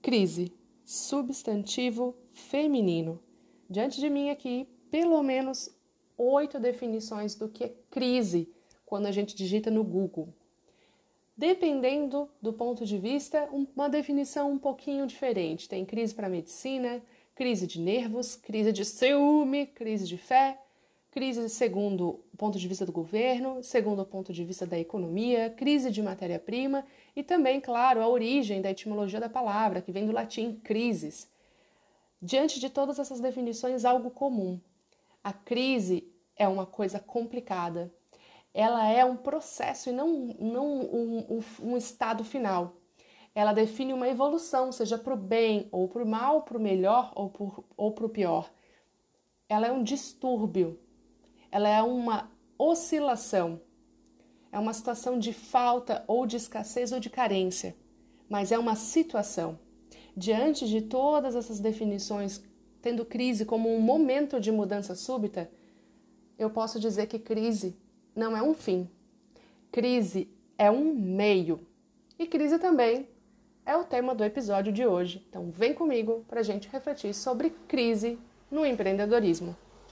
Crise, substantivo feminino. Diante de mim aqui, pelo menos 8 definições do que é crise quando a gente digita no Google. Dependendo do ponto de vista, uma definição um pouquinho diferente. Tem crise para medicina, crise de nervos, crise de ciúme, crise de fé, crise segundo o ponto de vista do governo, segundo o ponto de vista da economia, crise de matéria-prima e também, claro, a origem da etimologia da palavra, que vem do latim crisis. Diante de todas essas definições, algo comum. A crise é uma coisa complicada. Ela é um processo e não um estado final. Ela define uma evolução, seja para o bem ou para o mal, para o melhor ou para o pior. Ela é um distúrbio. Ela é uma oscilação. É uma situação de falta ou de escassez ou de carência. Mas é uma situação. Diante de todas essas definições, tendo crise como um momento de mudança súbita, eu posso dizer que crise não é um fim. Crise é um meio. E crise também é o tema do episódio de hoje. Então vem comigo para a gente refletir sobre crise no empreendedorismo.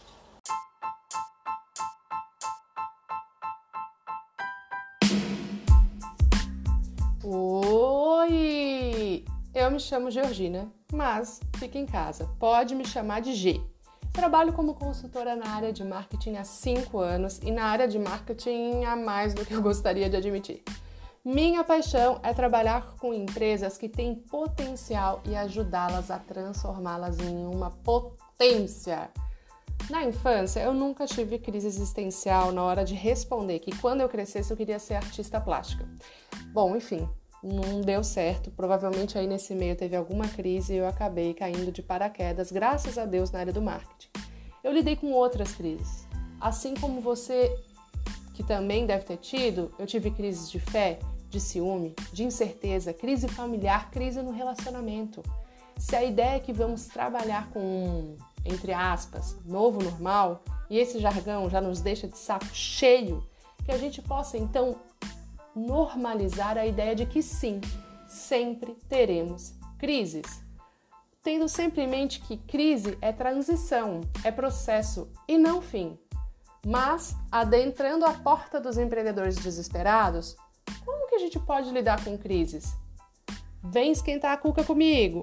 Oi! Eu me chamo Georgina, mas fica em casa. Pode me chamar de G. Trabalho como consultora na área de marketing há 5 anos e na área de marketing há mais do que eu gostaria de admitir. Minha paixão é trabalhar com empresas que têm potencial e ajudá-las a transformá-las em uma potência. Na infância, eu nunca tive crise existencial na hora de responder que quando eu crescesse eu queria ser artista plástica. Bom, enfim, não deu certo. Provavelmente aí nesse meio teve alguma crise e eu acabei caindo de paraquedas, graças a Deus, na área do marketing. Eu lidei com outras crises. Assim como você, que também deve ter tido, eu tive crises de fé, de ciúme, de incerteza, crise familiar, crise no relacionamento. Se a ideia é que vamos trabalhar com entre aspas, novo normal, e esse jargão já nos deixa de saco cheio, que a gente possa então normalizar a ideia de que sim, sempre teremos crises. Tendo sempre em mente que crise é transição, é processo e não fim. Mas, adentrando a porta dos empreendedores desesperados, como que a gente pode lidar com crises? Vem esquentar a cuca comigo!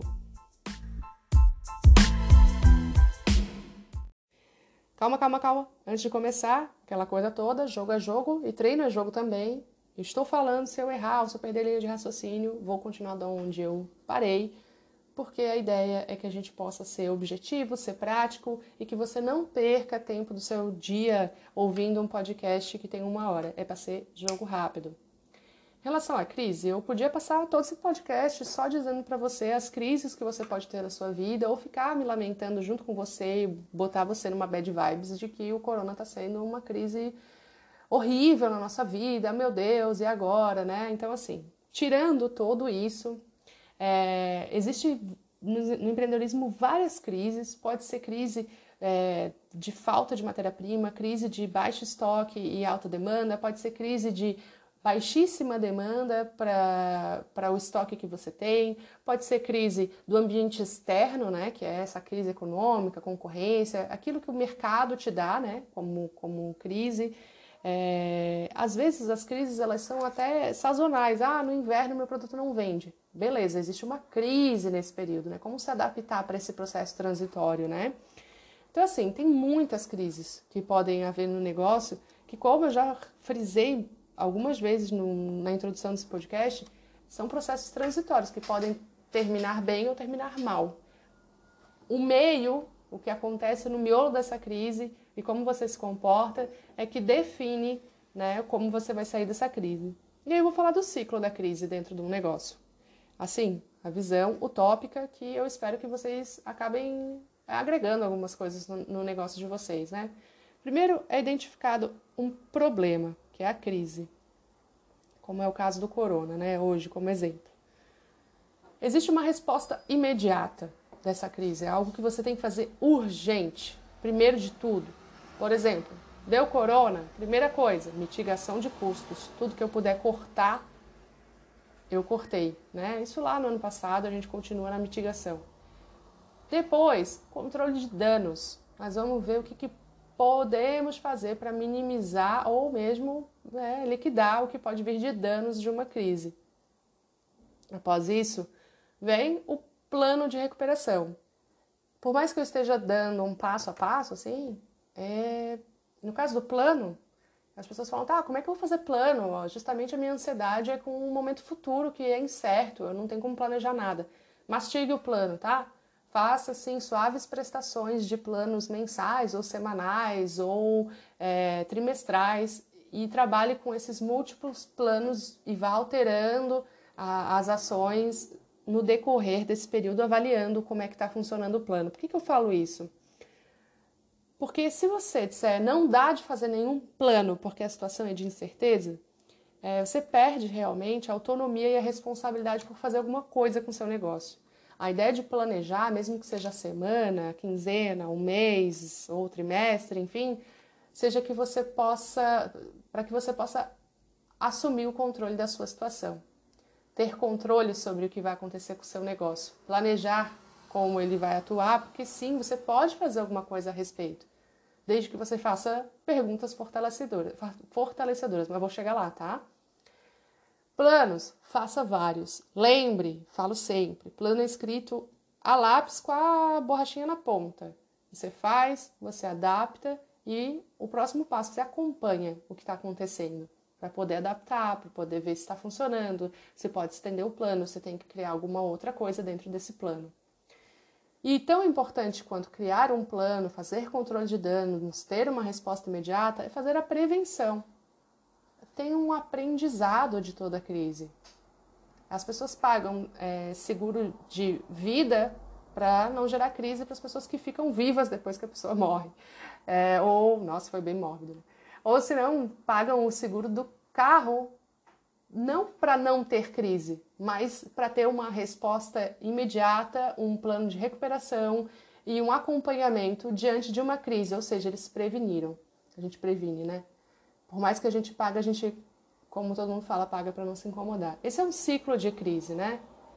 Calma. Antes de começar, aquela coisa toda, jogo é jogo e treino é jogo também. Estou falando, se eu errar ou se eu perder a linha de raciocínio, vou continuar de onde eu parei, porque a ideia é que a gente possa ser objetivo, ser prático e que você não perca tempo do seu dia ouvindo um podcast que tem 1 hora. É para ser jogo rápido. Em relação à crise, eu podia passar todo esse podcast só dizendo para você as crises que você pode ter na sua vida ou ficar me lamentando junto com você e botar você numa bad vibes de que o corona está sendo uma crise horrível na nossa vida, meu Deus, e agora, né? Então, assim, tirando tudo isso, existe no empreendedorismo várias crises, pode ser crise de falta de matéria-prima, crise de baixo estoque e alta demanda, pode ser crise de baixíssima demanda para o estoque que você tem, pode ser crise do ambiente externo, né, que é essa crise econômica, concorrência, aquilo que o mercado te dá, né, como crise. Às vezes as crises elas são até sazonais. No inverno meu produto não vende. Beleza, existe uma crise nesse período, né? Como se adaptar para esse processo transitório, né? Então, assim, tem muitas crises que podem haver no negócio, que como eu já frisei algumas vezes na introdução desse podcast, são processos transitórios que podem terminar bem ou terminar mal. O meio, o que acontece no miolo dessa crise e como você se comporta é que define, né, como você vai sair dessa crise. E aí eu vou falar do ciclo da crise dentro de um negócio. Assim, a visão utópica que eu espero que vocês acabem agregando algumas coisas no negócio de vocês, né? Primeiro é identificado um problema, que é a crise, como é o caso do corona, né, hoje como exemplo. Existe uma resposta imediata dessa crise, é algo que você tem que fazer urgente, primeiro de tudo. Por exemplo, deu corona, primeira coisa, mitigação de custos, tudo que eu puder cortar eu cortei, né? Isso lá no ano passado, a gente continua na mitigação. Depois, controle de danos. Nós vamos ver o que podemos fazer para minimizar ou mesmo liquidar o que pode vir de danos de uma crise. Após isso, vem o plano de recuperação. Por mais que eu esteja dando um passo a passo, assim, no caso do plano, as pessoas falam, tá, como é que eu vou fazer plano? Justamente a minha ansiedade é com um momento futuro que é incerto, eu não tenho como planejar nada. Mastigue o plano, tá? Faça, assim, suaves prestações de planos mensais ou semanais ou trimestrais e trabalhe com esses múltiplos planos e vá alterando as ações no decorrer desse período, avaliando como é que está funcionando o plano. Por que eu falo isso? Porque se você disser não dá de fazer nenhum plano porque a situação é de incerteza, você perde realmente a autonomia e a responsabilidade por fazer alguma coisa com o seu negócio. A ideia de planejar, mesmo que seja semana, quinzena, um mês ou trimestre, enfim, seja que você possa, para que você possa assumir o controle da sua situação. Ter controle sobre o que vai acontecer com o seu negócio. Planejar como ele vai atuar, porque sim, você pode fazer alguma coisa a respeito. Desde que você faça perguntas fortalecedoras, mas vou chegar lá, tá? Planos, faça vários. Lembre, falo sempre, plano é escrito a lápis com a borrachinha na ponta. Você faz, você adapta e o próximo passo, você acompanha o que está acontecendo para poder adaptar, para poder ver se está funcionando, se pode estender o plano, você tem que criar alguma outra coisa dentro desse plano. E tão importante quanto criar um plano, fazer controle de danos, ter uma resposta imediata, é fazer a prevenção. Tem um aprendizado de toda a crise. As pessoas pagam seguro de vida para não gerar crise para as pessoas que ficam vivas depois que a pessoa morre. Nossa, foi bem mórbido, né? Ou se não, pagam o seguro do carro, não para não ter crise, mas para ter uma resposta imediata, um plano de recuperação e um acompanhamento diante de uma crise, ou seja, eles preveniram. A gente previne, né? Por mais que a gente pague, a gente, como todo mundo fala, paga para não se incomodar. Esse é um ciclo de crise, né?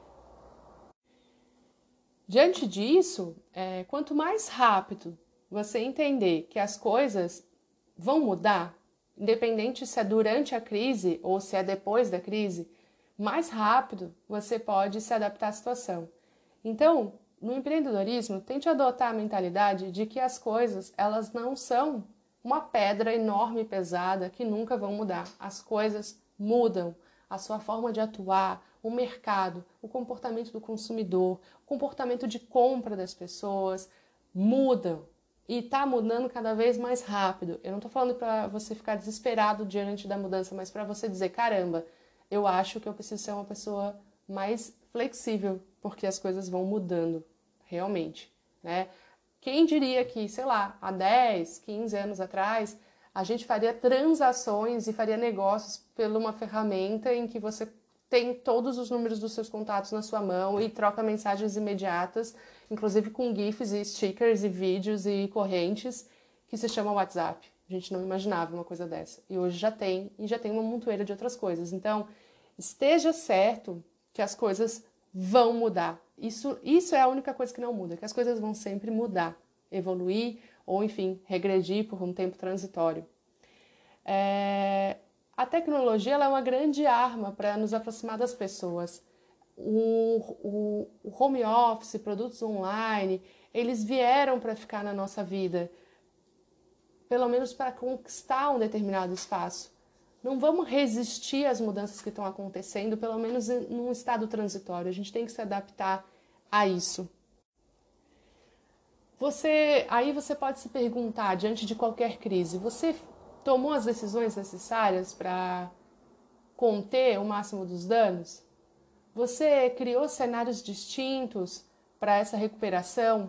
Diante disso, quanto mais rápido você entender que as coisas vão mudar, independente se é durante a crise ou se é depois da crise, mais rápido você pode se adaptar à situação. Então, no empreendedorismo, tente adotar a mentalidade de que as coisas, elas não são uma pedra enorme e pesada que nunca vão mudar. As coisas mudam, a sua forma de atuar, o mercado, o comportamento do consumidor, o comportamento de compra das pessoas mudam. E está mudando cada vez mais rápido. Eu não estou falando para você ficar desesperado diante da mudança, mas para você dizer, caramba, eu acho que eu preciso ser uma pessoa mais flexível, porque as coisas vão mudando, realmente, né? Quem diria que, sei lá, há 10, 15 anos atrás, a gente faria transações e faria negócios por uma ferramenta em que você tem todos os números dos seus contatos na sua mão e troca mensagens imediatas, inclusive com GIFs e stickers e vídeos e correntes, que se chama WhatsApp. A gente não imaginava uma coisa dessa. E hoje já tem, e já tem uma montoeira de outras coisas. Então, esteja certo que as coisas vão mudar. Isso é a única coisa que não muda, que as coisas vão sempre mudar, evoluir ou, enfim, regredir por um tempo transitório. A tecnologia ela é uma grande arma para nos aproximar das pessoas. O home office, produtos online, eles vieram para ficar na nossa vida, pelo menos para conquistar um determinado espaço. Não vamos resistir às mudanças que estão acontecendo, pelo menos num estado transitório. A gente tem que se adaptar a isso. Aí você pode se perguntar, diante de qualquer crise, você tomou as decisões necessárias para conter o máximo dos danos? Você criou cenários distintos para essa recuperação?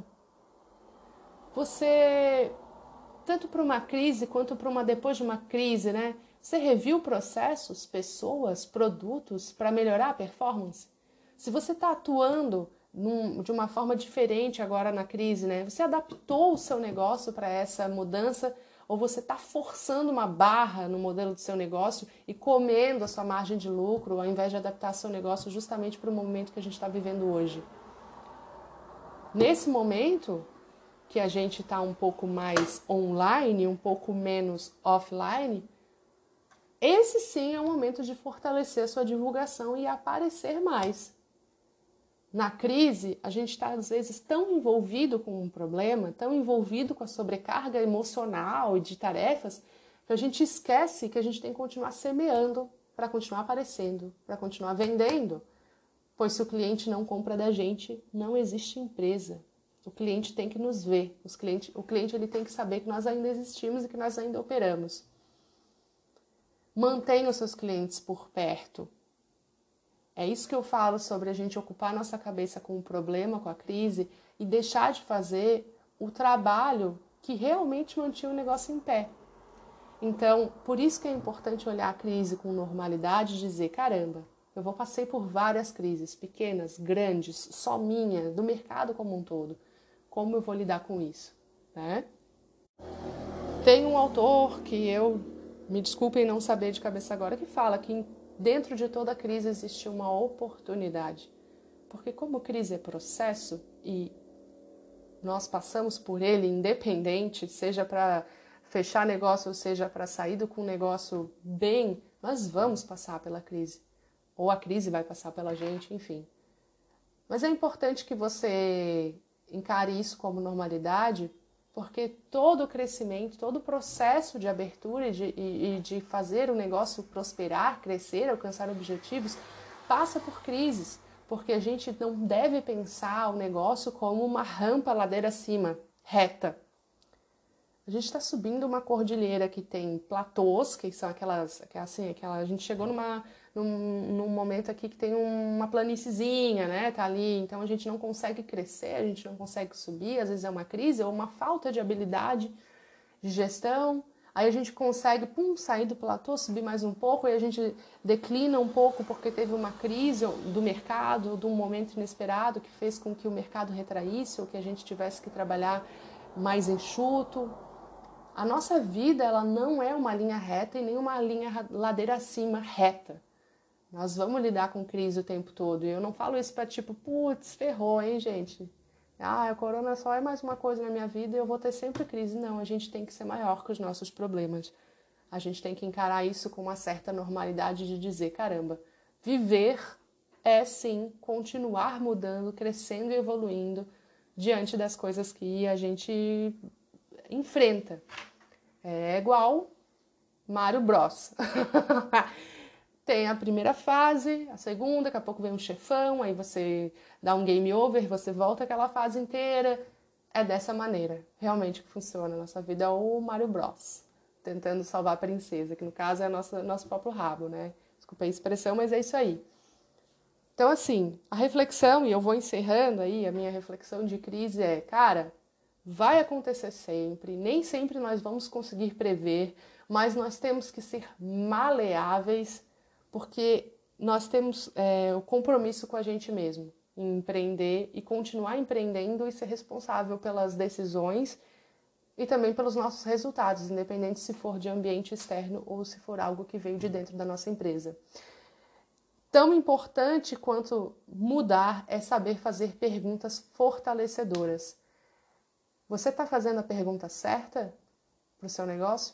Você, tanto para uma crise quanto para depois de uma crise, né? Você reviu processos, pessoas, produtos para melhorar a performance? Se você está atuando de uma forma diferente agora na crise, né? Você adaptou o seu negócio para essa mudança ou você está forçando uma barra no modelo do seu negócio e comendo a sua margem de lucro, ao invés de adaptar seu negócio justamente para o momento que a gente está vivendo hoje. Nesse momento que a gente está um pouco mais online, um pouco menos offline, esse sim é o momento de fortalecer a sua divulgação e aparecer mais. Na crise, a gente está às vezes tão envolvido com um problema, tão envolvido com a sobrecarga emocional e de tarefas, que a gente esquece que a gente tem que continuar semeando para continuar aparecendo, para continuar vendendo. Pois se o cliente não compra da gente, não existe empresa. O cliente tem que nos ver, o cliente ele tem que saber que nós ainda existimos e que nós ainda operamos. Mantenha os seus clientes por perto. É isso que eu falo sobre a gente ocupar nossa cabeça com o problema, com a crise e deixar de fazer o trabalho que realmente mantinha o negócio em pé. Então, por isso que é importante olhar a crise com normalidade e dizer, caramba, eu passei por várias crises, pequenas, grandes, só minha, do mercado como um todo. Como eu vou lidar com isso, né? Tem um autor que me desculpem não saber de cabeça agora, que fala que dentro de toda crise existe uma oportunidade. Porque como crise é processo e nós passamos por ele independente, seja para fechar negócio ou seja para sair com o negócio bem, nós vamos passar pela crise. Ou a crise vai passar pela gente, enfim. Mas é importante que você encare isso como normalidade, porque todo o crescimento, todo o processo de abertura e de fazer o negócio prosperar, crescer, alcançar objetivos, passa por crises, porque a gente não deve pensar o negócio como uma rampa ladeira acima, reta. A gente está subindo uma cordilheira que tem platôs, que são a gente chegou num momento aqui que tem uma planíciezinha, né? Tá ali, então a gente não consegue crescer, a gente não consegue subir, às vezes é uma crise ou uma falta de habilidade de gestão. Aí a gente consegue, sair do platô, subir mais um pouco, e a gente declina um pouco porque teve uma crise do mercado, de um momento inesperado que fez com que o mercado retraísse ou que a gente tivesse que trabalhar mais enxuto. A nossa vida, ela não é uma linha reta e nem uma linha ladeira acima reta. Nós vamos lidar com crise o tempo todo. E eu não falo isso para tipo, putz, ferrou, hein, gente? Ah, o corona só é mais uma coisa na minha vida e eu vou ter sempre crise. Não, a gente tem que ser maior que os nossos problemas. A gente tem que encarar isso com uma certa normalidade de dizer, caramba, viver é sim continuar mudando, crescendo e evoluindo diante das coisas que a gente enfrenta. É igual Mario Bros. Tem a primeira fase, a segunda, daqui a pouco vem um chefão, aí você dá um game over, você volta aquela fase inteira. É dessa maneira, realmente, que funciona a nossa vida, é o Mario Bros. Tentando salvar a princesa, que no caso é nosso próprio rabo, né? Desculpa a expressão, mas é isso aí. Então, assim, a reflexão, e eu vou encerrando aí, a minha reflexão de crise é, cara, vai acontecer sempre, nem sempre nós vamos conseguir prever, mas nós temos que ser maleáveis, porque nós temos o compromisso com a gente mesmo, em empreender e continuar empreendendo e ser responsável pelas decisões e também pelos nossos resultados, independente se for de ambiente externo ou se for algo que veio de dentro da nossa empresa. Tão importante quanto mudar é saber fazer perguntas fortalecedoras. Você está fazendo a pergunta certa para o seu negócio?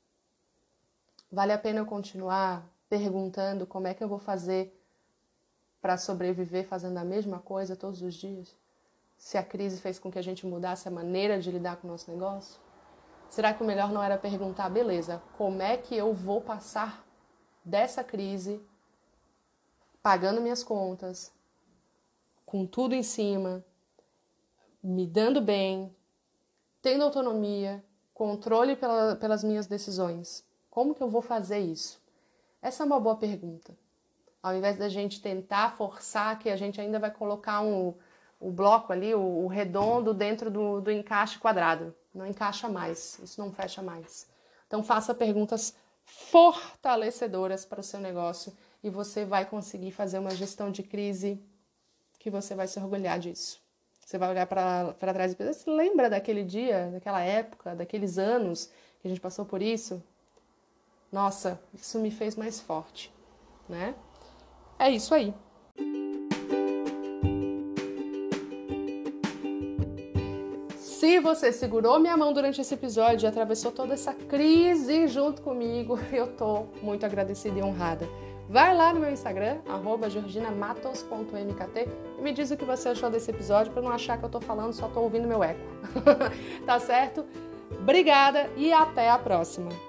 Vale a pena eu continuar perguntando como é que eu vou fazer para sobreviver fazendo a mesma coisa todos os dias? Se a crise fez com que a gente mudasse a maneira de lidar com o nosso negócio? Será que o melhor não era perguntar, beleza, como é que eu vou passar dessa crise pagando minhas contas, com tudo em cima, me dando bem, tendo autonomia, controle pelas minhas decisões? Como que eu vou fazer isso? Essa é uma boa pergunta. Ao invés da gente tentar forçar que a gente ainda vai colocar o bloco ali, o redondo dentro do encaixe quadrado. Não encaixa mais, isso não fecha mais. Então faça perguntas fortalecedoras para o seu negócio e você vai conseguir fazer uma gestão de crise que você vai se orgulhar disso. Você vai olhar para trás e pensar, você lembra daquele dia, daquela época, daqueles anos que a gente passou por isso, nossa, isso me fez mais forte, né? É isso aí. Se você segurou minha mão durante esse episódio e atravessou toda essa crise junto comigo, eu tô muito agradecida e honrada. Vai lá no meu Instagram, @georginamatos.mkt, e me diz o que você achou desse episódio para não achar que eu tô falando, só tô ouvindo meu eco. Tá certo? Obrigada e até a próxima!